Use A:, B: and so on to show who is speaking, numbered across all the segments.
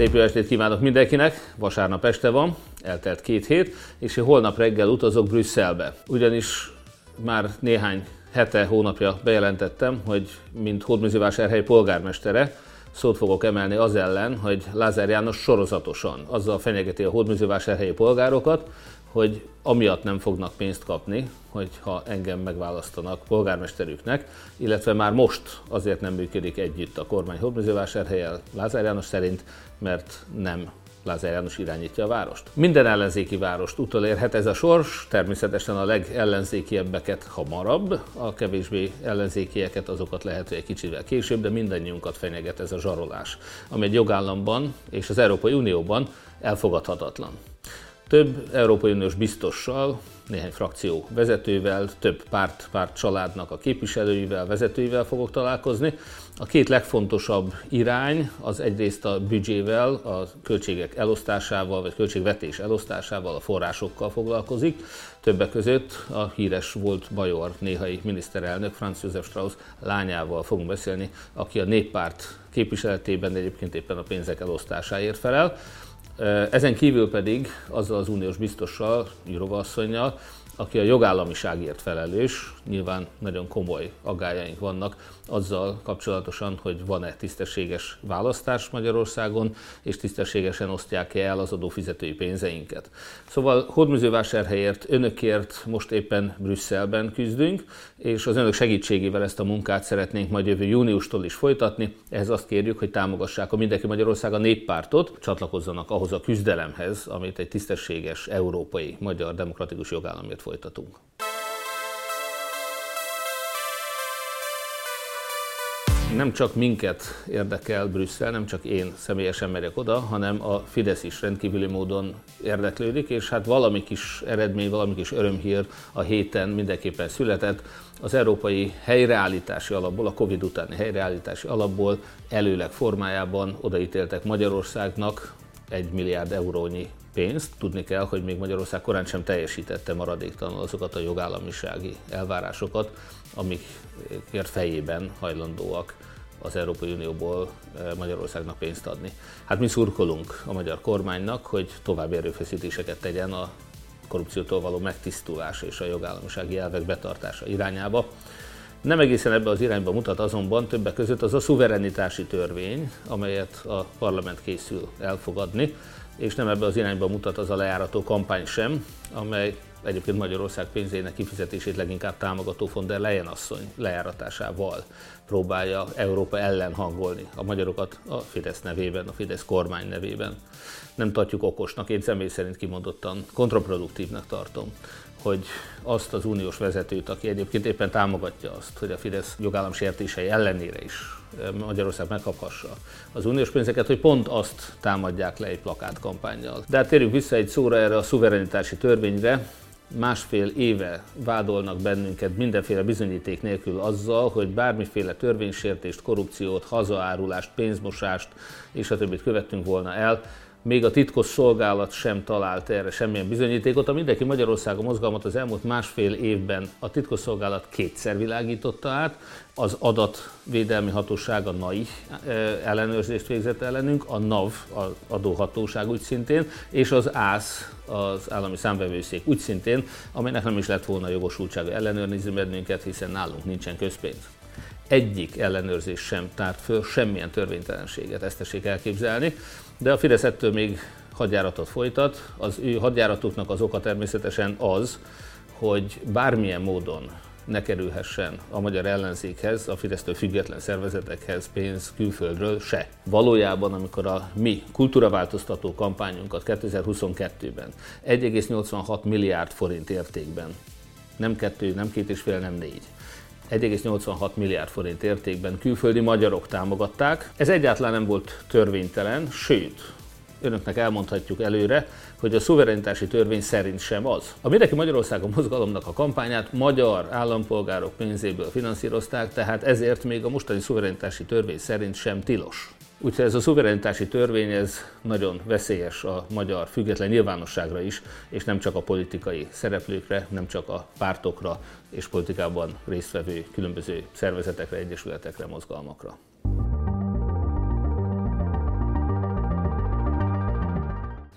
A: Szép jó estét kívánok mindenkinek! Vasárnap este van, eltelt 2 hét, és én holnap reggel utazok Brüsszelbe. Ugyanis már néhány hete, hónapja bejelentettem, hogy mint Hódmezővásárhely polgármestere szót fogok emelni az ellen, hogy Lázár János sorozatosan azzal fenyegeti a hódmezővásárhelyi polgárokat, hogy amiatt nem fognak pénzt kapni, hogyha engem megválasztanak polgármesterüknek, illetve már most azért nem működik együtt a kormány Hódmezővásárhellyel Lázár János szerint, mert nem Lázár János irányítja a várost. Minden ellenzéki várost utolérhet ez a sors, természetesen a legellenzékiebbeket hamarabb, a kevésbé ellenzékieket azokat lehet, hogy egy kicsivel később, de mindannyiunkat fenyeget ez a zsarolás, ami egy jogállamban és az Európai Unióban elfogadhatatlan. Több Európai Uniós biztossal, néhány frakció vezetővel, több párt családnak a képviselőivel, vezetőivel fogok találkozni. A 2 legfontosabb irány az egyrészt a büdzsével, a költségek elosztásával, vagy költségvetés elosztásával, a forrásokkal foglalkozik. Többek között a híres volt bajor néhai miniszterelnök Franz Josef Strauss lányával fogunk beszélni, aki a Néppárt képviseletében egyébként éppen a pénzek elosztásáért felel. Ezen kívül pedig azzal az uniós biztossal, Jourová asszonnyal, aki a jogállamiságért felelős, nyilván nagyon komoly aggályaink vannak azzal kapcsolatosan, hogy van-e tisztességes választás Magyarországon, és tisztességesen osztják-e el az adófizetői pénzeinket. Szóval Hódmezővásárhelyért, önökért most éppen Brüsszelben küzdünk, és az önök segítségével ezt a munkát szeretnénk majd jövő júniustól is folytatni. Ehhez azt kérjük, hogy támogassák a Mindenki Magyarország a Néppártot, csatlakozzanak ahhoz a küzdelemhez, amit egy tisztességes, európai, magyar, demokratikus jogállamért folytatunk. Nem csak minket érdekel Brüsszel, nem csak én személyesen megyek oda, hanem a Fidesz is rendkívüli módon érdeklődik, és hát valami kis eredmény, valami kis örömhír a héten mindenképpen született. Az Európai Helyreállítási Alapból, a Covid utáni helyreállítási alapból előleg formájában odaítéltek Magyarországnak 1 milliárd eurónyi pénzt. Tudni kell, hogy még Magyarország korán sem teljesítette maradéktalanul azokat a jogállamisági elvárásokat, amikért fejében hajlandóak az Európai Unióból Magyarországnak pénzt adni. Hát mi szurkolunk a magyar kormánynak, hogy további erőfeszítéseket tegyen a korrupciótól való megtisztulás és a jogállamisági elvek betartása irányába. Nem egészen ebbe az irányba mutat azonban többek között az a szuverenitási törvény, amelyet a parlament készül elfogadni, és nem ebbe az irányba mutat az a lejárató kampány sem, amely egyébként Magyarország pénzének kifizetését leginkább támogató von der Leyen asszony lejáratásával próbálja Európa ellen hangolni a magyarokat a Fidesz nevében, a Fidesz kormány nevében. Nem tartjuk okosnak, én személy szerint kimondottan kontraproduktívnak tartom, hogy azt az uniós vezetőt, aki egyébként éppen támogatja azt, hogy a Fidesz jogállam sértései ellenére is Magyarország megkaphassa az uniós pénzeket, hogy pont azt támadják le egy plakátkampánnyal. De hát térjünk vissza egy szóra erre a szuverenitási törvényre. 1,5 éve vádolnak bennünket mindenféle bizonyíték nélkül azzal, hogy bármiféle törvénysértést, korrupciót, hazaárulást, pénzmosást és a többit követtünk volna el. Még a titkos szolgálat sem talált erre semmilyen bizonyítékot. A Mindenki Magyarországon mozgalmat az elmúlt 1,5 évben a titkos szolgálat 2-szer világította át, az adatvédelmi hatóság, a NAI ellenőrzést végzett ellenünk, a NAV, az adóhatóság úgy szintén, és az ÁSZ, az állami számvevőszék úgy szintén, amelynek nem is lett volna jogosultsága ellenőrizni bennünket, hiszen nálunk nincsen közpénz. Egyik ellenőrzés sem tárt föl semmilyen törvénytelenséget, ezt tessék elképzelni, de a Fidesz ettől még hadjáratot folytat. Az ő hadjáratuknak az oka természetesen az, hogy bármilyen módon ne kerülhessen a magyar ellenzékhez, a Fidesztől független szervezetekhez pénz külföldről se. Valójában, amikor a mi kultúraváltoztató kampányunkat 2022-ben 1,86 milliárd forint értékben, nem 2, nem 2,5, nem 4, 1,86 milliárd forint értékben külföldi magyarok támogatták. Ez egyáltalán nem volt törvénytelen, sőt, önöknek elmondhatjuk előre, hogy a szuverenitási törvény szerint sem az. A Mindenki Magyarországon mozgalomnak a kampányát magyar állampolgárok pénzéből finanszírozták, tehát ezért még a mostani szuverenitási törvény szerint sem tilos. Úgyhogy ez a szuverenitási törvény ez nagyon veszélyes a magyar független nyilvánosságra is, és nem csak a politikai szereplőkre, nem csak a pártokra és politikában résztvevő különböző szervezetekre, egyesületekre, mozgalmakra.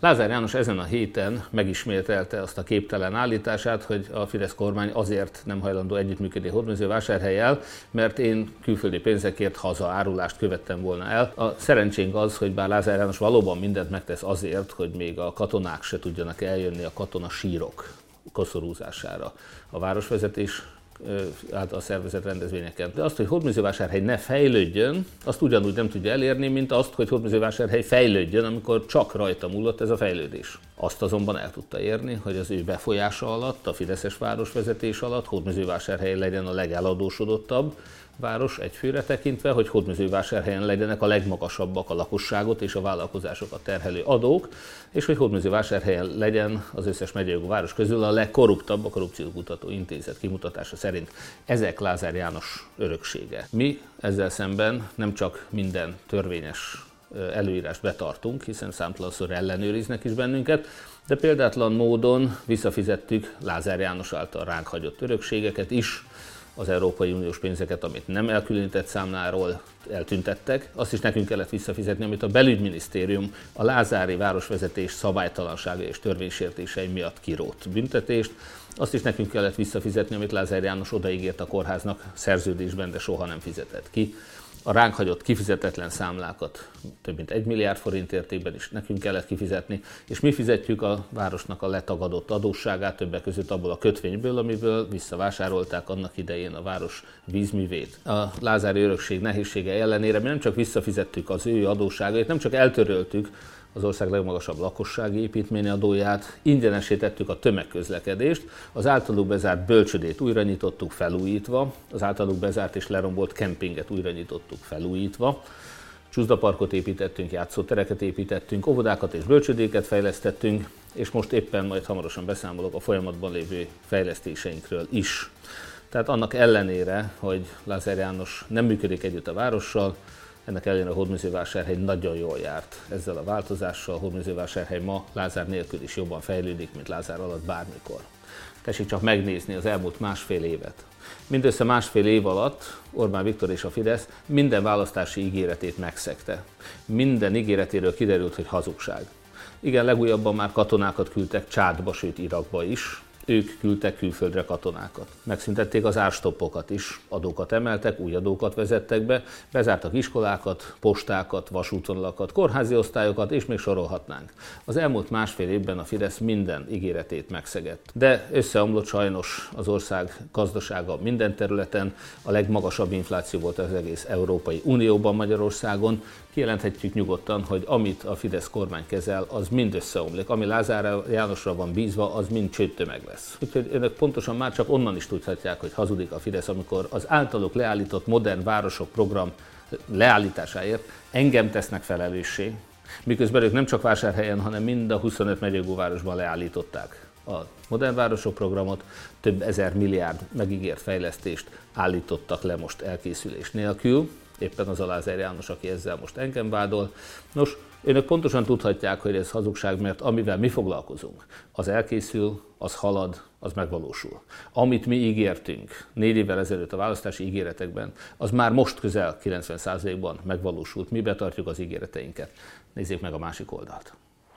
A: Lázár János ezen a héten megismételte azt a képtelen állítását, hogy a Fidesz kormány azért nem hajlandó együttműködni Hódmezővásárhellyel, mert én külföldi pénzekért hazaárulást követtem volna el. A szerencsénk az, hogy bár Lázár János valóban mindent megtesz azért, hogy még a katonák se tudjanak eljönni a katonasírok koszorúzására a városvezetés által szervezett rendezvényeken. De azt, hogy Hódmezővásárhely ne fejlődjön, azt ugyanúgy nem tudja elérni, mint azt, hogy Hódmezővásárhely fejlődjön, amikor csak rajta múlott ez a fejlődés. Azt azonban el tudta érni, hogy az ő befolyása alatt, a fideszes városvezetés alatt Hódmezővásárhely legyen a legeladósodottabb város egyfőre tekintve, hogy Hódmezővásárhelyen legyenek a legmagasabbak a lakosságot és a vállalkozásokat terhelő adók, és hogy Hódmezővásárhelyen legyen az összes megyei város közül a legkorruptabb a Korrupciókutató Intézet kimutatása szerint. Ezek Lázár János öröksége. Mi ezzel szemben nem csak minden törvényes előírást betartunk, hiszen számtalanszor ellenőriznek is bennünket, de példátlan módon visszafizettük Lázár János által ránk hagyott örökségeket is, az Európai Uniós pénzeket, amit nem elkülönített számláról eltüntettek, azt is nekünk kellett visszafizetni, amit a belügyminisztérium a lázári városvezetés szabálytalansága és törvénysértései miatt kirótt büntetést, azt is nekünk kellett visszafizetni, amit Lázár János odaígért a kórháznak szerződésben, de soha nem fizetett ki. A ránk hagyott kifizetetlen számlákat több mint 1 milliárd forint értékben is nekünk kellett kifizetni, és mi fizetjük a városnak a letagadott adósságát, többek között abból a kötvényből, amiből visszavásárolták annak idején a város vízművét. A lázári örökség nehézsége ellenére mi nem csak visszafizettük az ő adósságait, nem csak eltöröltük az ország legmagasabb lakossági építmény adóját, ingyenesítettük a tömegközlekedést, az általuk bezárt bölcsödét újra nyitottuk felújítva, az általuk bezárt és lerombolt kempinget újra nyitottuk felújítva, csúszdaparkot építettünk, játszótereket építettünk, óvodákat és bölcsödéket fejlesztettünk, és most éppen majd hamarosan beszámolok a folyamatban lévő fejlesztéseinkről is. Tehát annak ellenére, hogy Lázár János nem működik együtt a várossal, ennek ellenére a Hódmezővásárhely nagyon jól járt ezzel a változással. A Hódmezővásárhely ma Lázár nélkül is jobban fejlődik, mint Lázár alatt bármikor. Tessék csak megnézni az elmúlt másfél évet. Mindössze másfél év alatt Orbán Viktor és a Fidesz minden választási ígéretét megszegte. Minden ígéretéről kiderült, hogy hazugság. Igen, legújabban már katonákat küldtek Csádba, sőt Irakba is. Ők küldtek külföldre katonákat. Megszüntették az árstoppokat is, adókat emeltek, új adókat vezettek be, bezártak iskolákat, postákat, vasútvonalakat, kórházi osztályokat, és még sorolhatnánk. Az elmúlt másfél évben a Fidesz minden ígéretét megszegett. De összeomlott sajnos az ország gazdasága minden területen, a legmagasabb infláció volt az egész Európai Unióban Magyarországon. Kijelenthetjük nyugodtan, hogy amit a Fidesz kormány kezel, az mind összeomlik. Ami Lázár Jánosra van bízva, az mind csőttömeg lesz. Úgyhogy önök pontosan már csak onnan is tudhatják, hogy hazudik a Fidesz, amikor az általuk leállított modern városok program leállításáért engem tesznek felelőssé, miközben ők nem csak Vásárhelyen, hanem mind a 25 megyegóvárosban leállították a modern városok programot, több ezer milliárd megígért fejlesztést állítottak le most elkészülés nélkül. Éppen az a Lázár János, aki ezzel most engem vádol. Nos, önök pontosan tudhatják, hogy ez hazugság, mert amivel mi foglalkozunk, az elkészül, az halad, az megvalósul. Amit mi ígértünk 4 évvel ezelőtt a választási ígéretekben, az már most közel 90%-ban megvalósult. Mi betartjuk az ígéreteinket. Nézzék meg a másik oldalt.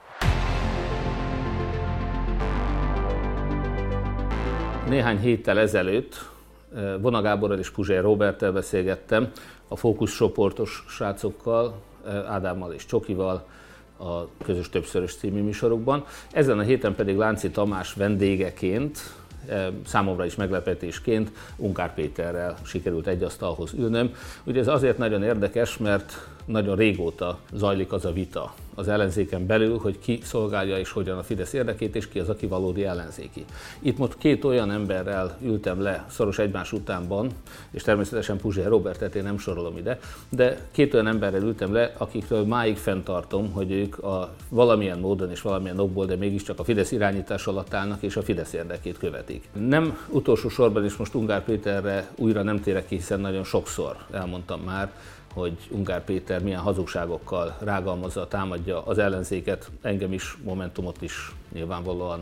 A: Néhány héttel ezelőtt Vona Gáborral és Puzsér Róberttel beszélgettem, a fókuszcsoportos srácokkal, Ádámmal és Csokival a Közös Többszörös című műsorokban. Ezen a héten pedig Lánci Tamás vendégeként, számomra is meglepetésként Ungár Péterrel sikerült egy asztalhoz ülnöm. Ugye ez azért nagyon érdekes, mert nagyon régóta zajlik az a vita az ellenzéken belül, hogy ki szolgálja és hogyan a Fidesz érdekét, és ki az, aki valódi ellenzéki. Itt most 2 olyan emberrel ültem le szoros egymás utánban, és természetesen Puzsér Róbertet én nem sorolom ide, de 2 olyan emberrel ültem le, akikről máig fenntartom, hogy ők valamilyen módon és valamilyen okból, de mégiscsak a Fidesz irányítás alatt állnak, és a Fidesz érdekét követik. Nem utolsó sorban is most Ungár Péterre újra nem térek ki, hiszen nagyon sokszor elmondtam már, hogy Ungár Péter milyen hazugságokkal rágalmazza, támadja az ellenzéket, engem is, Momentumot is nyilvánvalóan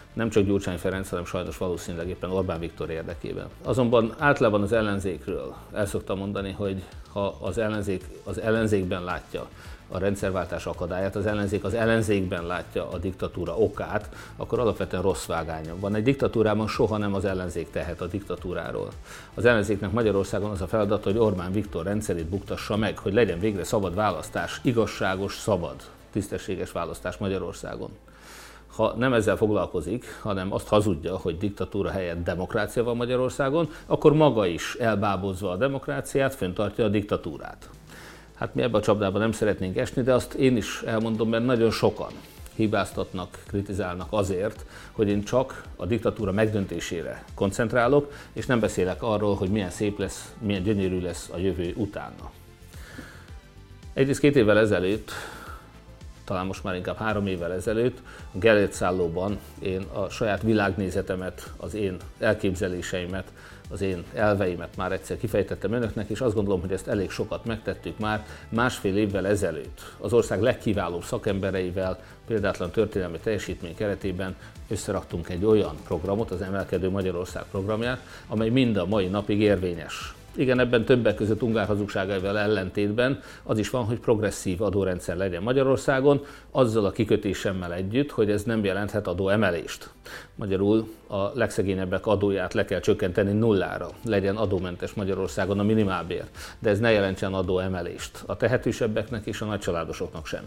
A: nem csak Gyurcsány Ferenc, hanem sajnos valószínűleg éppen Orbán Viktor érdekében. Azonban általában az ellenzékről el szoktam mondani, hogy ha az ellenzékben látja a rendszerváltás akadályát, az ellenzékben látja a diktatúra okát, akkor alapvetően rossz vágányon van. Egy diktatúrában soha nem az ellenzék tehet a diktatúráról. Az ellenzéknek Magyarországon az a feladat, hogy Orbán Viktor rendszerét buktassa meg, hogy legyen végre szabad választás, igazságos, szabad, tisztességes választás Magyarországon. Ha nem ezzel foglalkozik, hanem azt hazudja, hogy diktatúra helyett demokrácia van Magyarországon, akkor maga is elbábozva a demokráciát, fenntartja a diktatúrát. Hát mi ebbe a csapdába nem szeretnénk esni, de azt én is elmondom, mert nagyon sokan hibáztatnak, kritizálnak azért, hogy én csak a diktatúra megdöntésére koncentrálok, és nem beszélek arról, hogy milyen szép lesz, milyen gyönyörű lesz a jövő utána. Egyrészt 2 évvel ezelőtt, talán most már inkább 3 évvel ezelőtt, a Gellért szállóban én a saját világnézetemet, az én elképzeléseimet, az én elveimet már egyszer kifejtettem önöknek, és azt gondolom, hogy ezt elég sokat megtettük már 1,5 évvel ezelőtt. Az ország legkiválóbb szakembereivel, példátlan történelmi teljesítmény keretében összeraktunk egy olyan programot, az Emelkedő Magyarország programját, amely mind a mai napig érvényes. Igen, ebben többek között Ungár hazugságaival ellentétben az is van, hogy progresszív adórendszer legyen Magyarországon, azzal a kikötésemmel együtt, hogy ez nem jelenthet adóemelést. Magyarul a legszegényebbek adóját le kell csökkenteni 0-ra, legyen adómentes Magyarországon a minimálbér, de ez ne jelentsen adóemelést a tehetősebbeknek és a nagycsaládosoknak sem.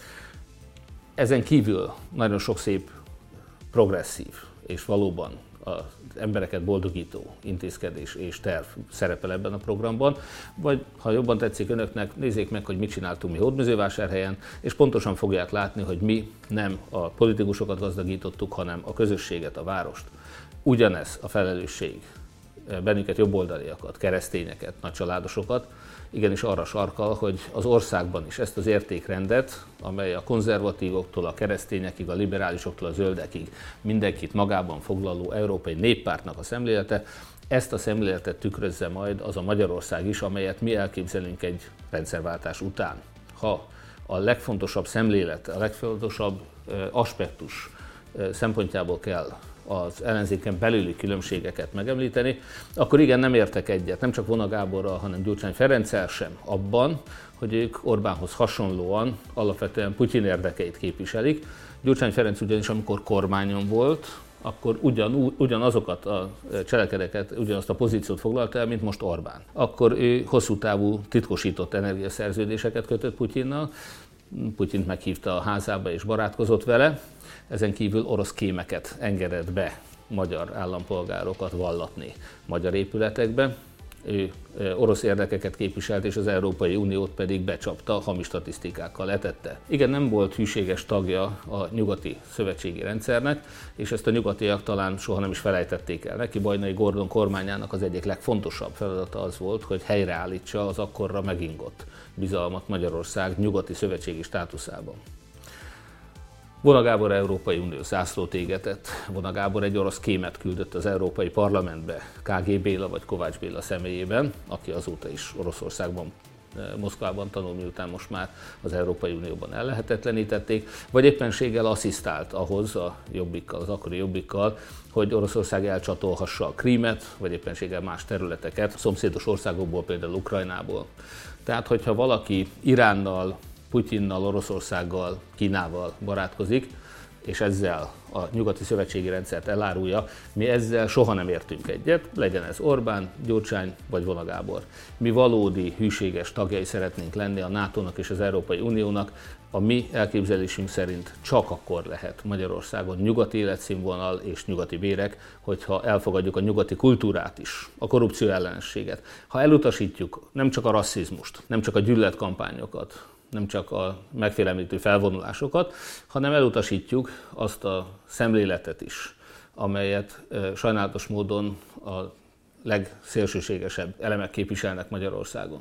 A: Ezen kívül nagyon sok szép, progresszív és valóban az embereket boldogító intézkedés és terv szerepel ebben a programban, vagy ha jobban tetszik önöknek, nézzék meg, hogy mit csináltunk mi Hódmezővásárhelyen, és pontosan fogják látni, hogy mi nem a politikusokat gazdagítottuk, hanem a közösséget, a várost. Ugyanez a felelősség bennünket jobboldaliakat, keresztényeket, nagycsaládosokat, igenis arra sarkal, hogy az országban is ezt az értékrendet, amely a konzervatívoktól, a keresztényekig, a liberálisoktól, a zöldekig mindenkit magában foglaló Európai Néppártnak a szemlélete, ezt a szemléletet tükrözze majd az a Magyarország is, amelyet mi elképzelünk egy rendszerváltás után. Ha a legfontosabb szemlélet, a legfontosabb aspektus szempontjából kell az ellenzéken belüli különbségeket megemlíteni, akkor igen, nem értek egyet, nem csak Vona Gáborral, hanem Gyurcsány Ferenccel sem abban, hogy ők Orbánhoz hasonlóan alapvetően Putyin érdekeit képviselik. Gyurcsány Ferenc ugyanis, amikor kormányon volt, akkor ugyanazokat a cselekedeket, ugyanazt a pozíciót foglalta el, mint most Orbán. Akkor ő hosszú távú titkosított energiaszerződéseket kötött Putyinnal, Putyint meghívta a házába és barátkozott vele, ezen kívül orosz kémeket engedett be magyar állampolgárokat vallatni magyar épületekbe. Ő orosz érdekeket képviselt, és az Európai Uniót pedig becsapta, hamis statisztikákkal etette. Igen, nem volt hűséges tagja a nyugati szövetségi rendszernek, és ezt a nyugatiak talán soha nem is felejtették el neki. Bajnai Gordon kormányának az egyik legfontosabb feladata az volt, hogy helyreállítsa az akkorra megingott bizalmat Magyarország nyugati szövetségi státuszában. Vona Gábor Európai Unió zászlót égetett, Vona Gábor egy orosz kémet küldött az Európai Parlamentbe, KG Béla vagy Kovács Béla személyében, aki azóta is Oroszországban, Moszkvában tanul, miután most már az Európai Unióban ellehetetlenítették, vagy éppenséggel asszisztált ahhoz a Jobbikkal, az akkori Jobbikkal, hogy Oroszország elcsatolhassa a Krímet, vagy éppenséggel más területeket, a szomszédos országokból, például Ukrajnából. Tehát, hogyha valaki Iránnal, Putyinnal, Oroszországgal, Kínával barátkozik, és ezzel a nyugati szövetségi rendszert elárulja, mi ezzel soha nem értünk egyet, legyen ez Orbán, Gyurcsány vagy Vona Gábor. Mi valódi, hűséges tagjai szeretnénk lenni a NATO-nak és az Európai Uniónak, a mi elképzelésünk szerint csak akkor lehet Magyarországon nyugati életszínvonal és nyugati bérek, hogyha elfogadjuk a nyugati kultúrát is, a korrupció ellenességet. Ha elutasítjuk nem csak a rasszizmust, nem csak a gyűlöletkampányokat, nem csak a megfélemlítő felvonulásokat, hanem elutasítjuk azt a szemléletet is, amelyet sajnálatos módon a legszélsőségesebb elemek képviselnek Magyarországon.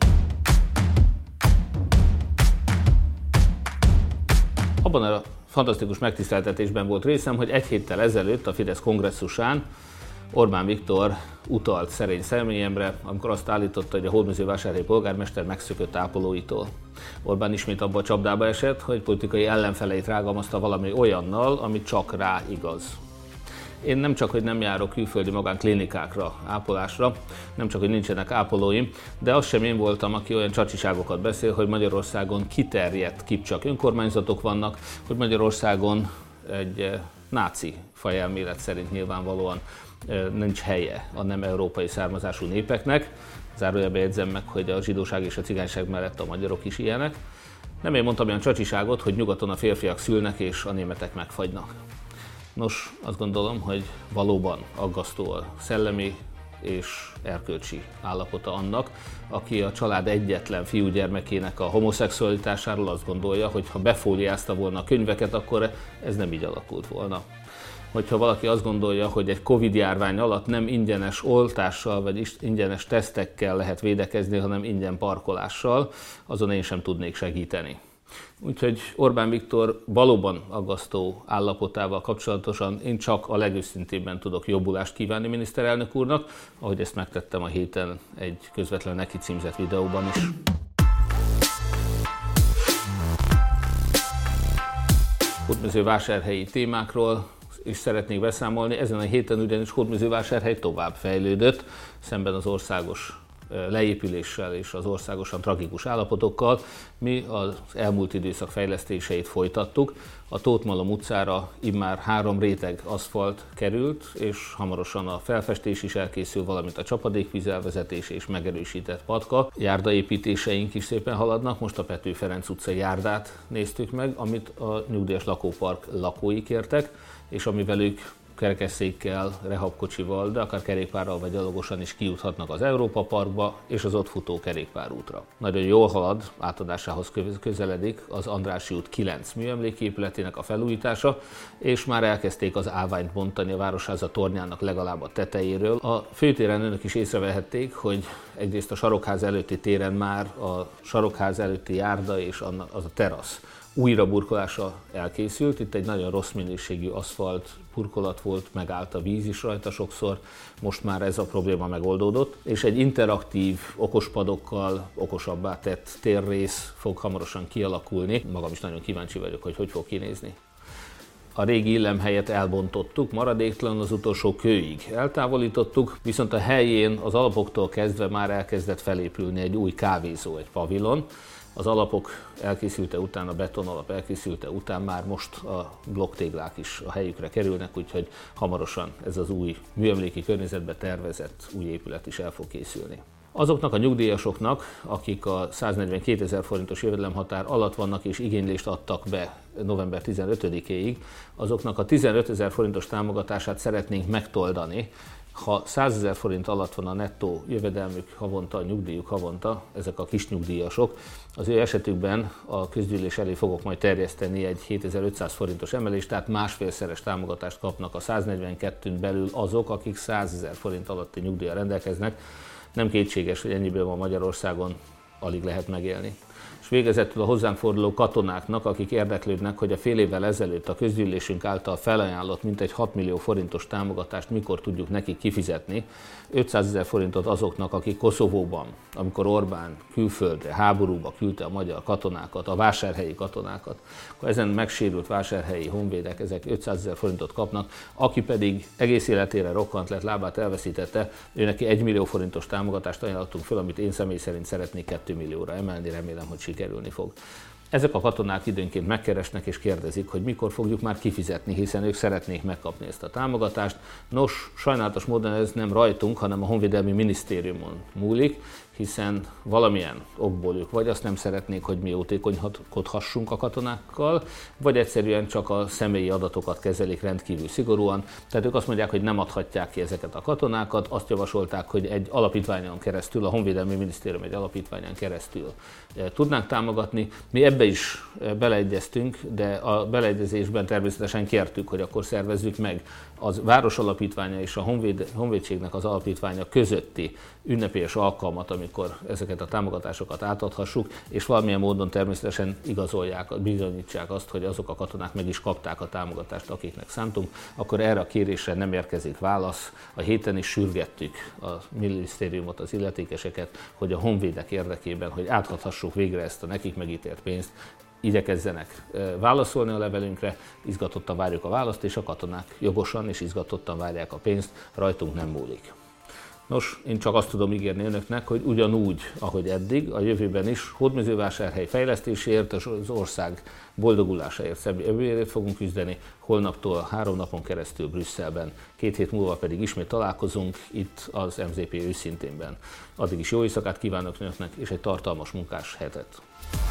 A: Abban a fantasztikus megtiszteltetésben volt részem, hogy egy héttel ezelőtt a Fidesz kongresszusán Orbán Viktor utalt szerény személyemre, amikor azt állította, hogy a hódmezővásárhelyi polgármester megszökött ápolóitól. Orbán ismét abba a csapdába esett, hogy politikai ellenfeleit rágalmazta valami olyannal, ami csak rá igaz. Én nem csak, hogy nem járok külföldi magánklinikákra, ápolásra, nem csak, hogy nincsenek ápolóim, de az sem én voltam, aki olyan csacsiságokat beszél, hogy Magyarországon kiterjedt kipcsak önkormányzatok vannak, hogy Magyarországon egy náci fajelmélet szerint nyilvánvalóan nincs helye a nem európai származású népeknek. Zárójelbe jegyzem meg, hogy a zsidóság és a cigányság mellett a magyarok is ilyenek. Nem én mondtam olyan csacsiságot, hogy nyugaton a férfiak szülnek és a németek megfagynak. Nos, azt gondolom, hogy valóban aggasztó a szellemi és erkölcsi állapota annak, aki a család egyetlen fiúgyermekének a homoszexualitásáról azt gondolja, hogy ha befóliázta volna a könyveket, akkor ez nem így alakult volna. Hogyha valaki azt gondolja, hogy egy Covid-járvány alatt nem ingyenes oltással vagy ingyenes tesztekkel lehet védekezni, hanem ingyen parkolással, azon én sem tudnék segíteni. Úgyhogy Orbán Viktor valóban aggasztó állapotával kapcsolatosan én csak a legőszintébben tudok jobbulást kívánni miniszterelnök úrnak, ahogy ezt megtettem a héten egy közvetlenül neki címzett videóban is. Hódmezővásárhelyi témákról is szeretnék beszámolni. Ezen a héten ugyanis Hódmezővásárhely tovább fejlődött, szemben az országos leépüléssel és az országosan tragikus állapotokkal. Mi az elmúlt időszak fejlesztéseit folytattuk. A Tóth Malom utcára immár 3 réteg aszfalt került, és hamarosan a felfestés is elkészül, valamint a csapadékvíz elvezetés és megerősített patka. Járdaépítéseink is szépen haladnak. Most a Pető Ferenc utca járdát néztük meg, amit a Nyugdíjas Lakópark lakói kértek, és amivel ők kerekesszékkel, rehabkocsival, de akár kerékpárral vagy gyalogosan is kijuthatnak az Európa Parkba és az ott futó kerékpárútra. Nagyon jól halad, átadásához közeledik az Andrássy út 9 műemléképületének a felújítása, és már elkezdték az állványt bontani a Városháza tornyának legalább a tetejéről. A főtéren önök is észrevehették, hogy egyrészt a Sarokház előtti téren már a Sarokház előtti járda és az a terasz újra burkolása elkészült. Itt egy nagyon rossz minőségű aszfalt burkolat volt, megállt a víz is rajta sokszor, most már ez a probléma megoldódott, és egy interaktív, okospadokkal okosabbá tett térrész fog hamarosan kialakulni. Magam is nagyon kíváncsi vagyok, hogy fog kinézni. A régi illemhelyet elbontottuk, maradéktalanul az utolsó kőig eltávolítottuk, viszont a helyén az alapoktól kezdve már elkezdett felépülni egy új kávézó, egy pavilon. Az alapok elkészülte után, a betonalap elkészülte után már most a blokktéglák is a helyükre kerülnek, úgyhogy hamarosan ez az új műemléki környezetbe tervezett új épület is el fog készülni. Azoknak a nyugdíjasoknak, akik a 142 000 forintos jövedelemhatár alatt vannak és igénylést adtak be november 15-éig, azoknak a 15 000 forintos támogatását szeretnénk megtoldani. Ha 100 000 forint alatt van a nettó jövedelmük havonta, a nyugdíjuk havonta, ezek a kis nyugdíjasok, az ő esetükben a közgyűlés elé fogok majd terjeszteni egy 7500 forintos emelést, tehát másfélszeres támogatást kapnak a 142-n belül azok, akik 100 000 forint alatti nyugdíjjal rendelkeznek. Nem kétséges, hogy ennyiből ma Magyarországon alig lehet megélni. És végezetül a hozzánk forduló katonáknak, akik érdeklődnek, hogy a fél évvel ezelőtt a közgyűlésünk által felajánlott mintegy 6 millió forintos támogatást mikor tudjuk nekik kifizetni, 500 000 forintot azoknak, akik Koszovóban, amikor Orbán külföldre, háborúba küldte a magyar katonákat, a vásárhelyi katonákat, akkor ezen megsérült vásárhelyi honvédek, ezek 500 000 forintot kapnak, aki pedig egész életére rokkant lett, lábát elveszítette, ő neki 1 millió forintos támogatást ajánlottunk föl, amit én személy szerint szeretnék 2 millióra emelni, remélem, hogy sikerülni fog. Ezek a katonák időnként megkeresnek és kérdezik, hogy mikor fogjuk már kifizetni, hiszen ők szeretnék megkapni ezt a támogatást. Nos, sajnálatos módon ez nem rajtunk, hanem a Honvédelmi Minisztériumon múlik, hiszen valamilyen okból ők vagy azt nem szeretnék, hogy mi jótékonykodhassunk a katonákkal, vagy egyszerűen csak a személyi adatokat kezelik rendkívül szigorúan. Tehát ők azt mondják, hogy nem adhatják ki ezeket a katonákat, azt javasolták, hogy egy alapítványon keresztül, a Honvédelmi Minisztérium egy alapítványon keresztül tudnánk támogatni. Mi ebbe is beleegyeztünk, de a beleegyezésben természetesen kértük, hogy akkor szervezzük meg az Város Alapítványa és a Honvédségnek az alapítványa közötti ünnepélyes alkalmat, amikor ezeket a támogatásokat átadhassuk, és valamilyen módon természetesen igazolják, bizonyítsák azt, hogy azok a katonák meg is kapták a támogatást, akiknek szántunk, akkor erre a kérésre nem érkezik válasz. A héten is sürgettük a minisztériumot, az illetékeseket, hogy a honvédek érdekében, hogy átadhassuk végre ezt a nekik megítélt pénzt, igyekezzenek válaszolni a levelünkre, izgatottan várjuk a választ, és a katonák jogosan és izgatottan várják a pénzt, rajtunk nem múlik. Nos, én csak azt tudom ígérni önöknek, hogy ugyanúgy, ahogy eddig, a jövőben is Hódmezővásárhely fejlesztéséért, az ország boldogulásáért, szebb jövőjéért fogunk küzdeni. Holnaptól 3 napon keresztül Brüsszelben, 2 hét múlva pedig ismét találkozunk itt az MZP őszinténben. Addig is jó éjszakát kívánok önöknek, és egy tartalmas munkás hetet!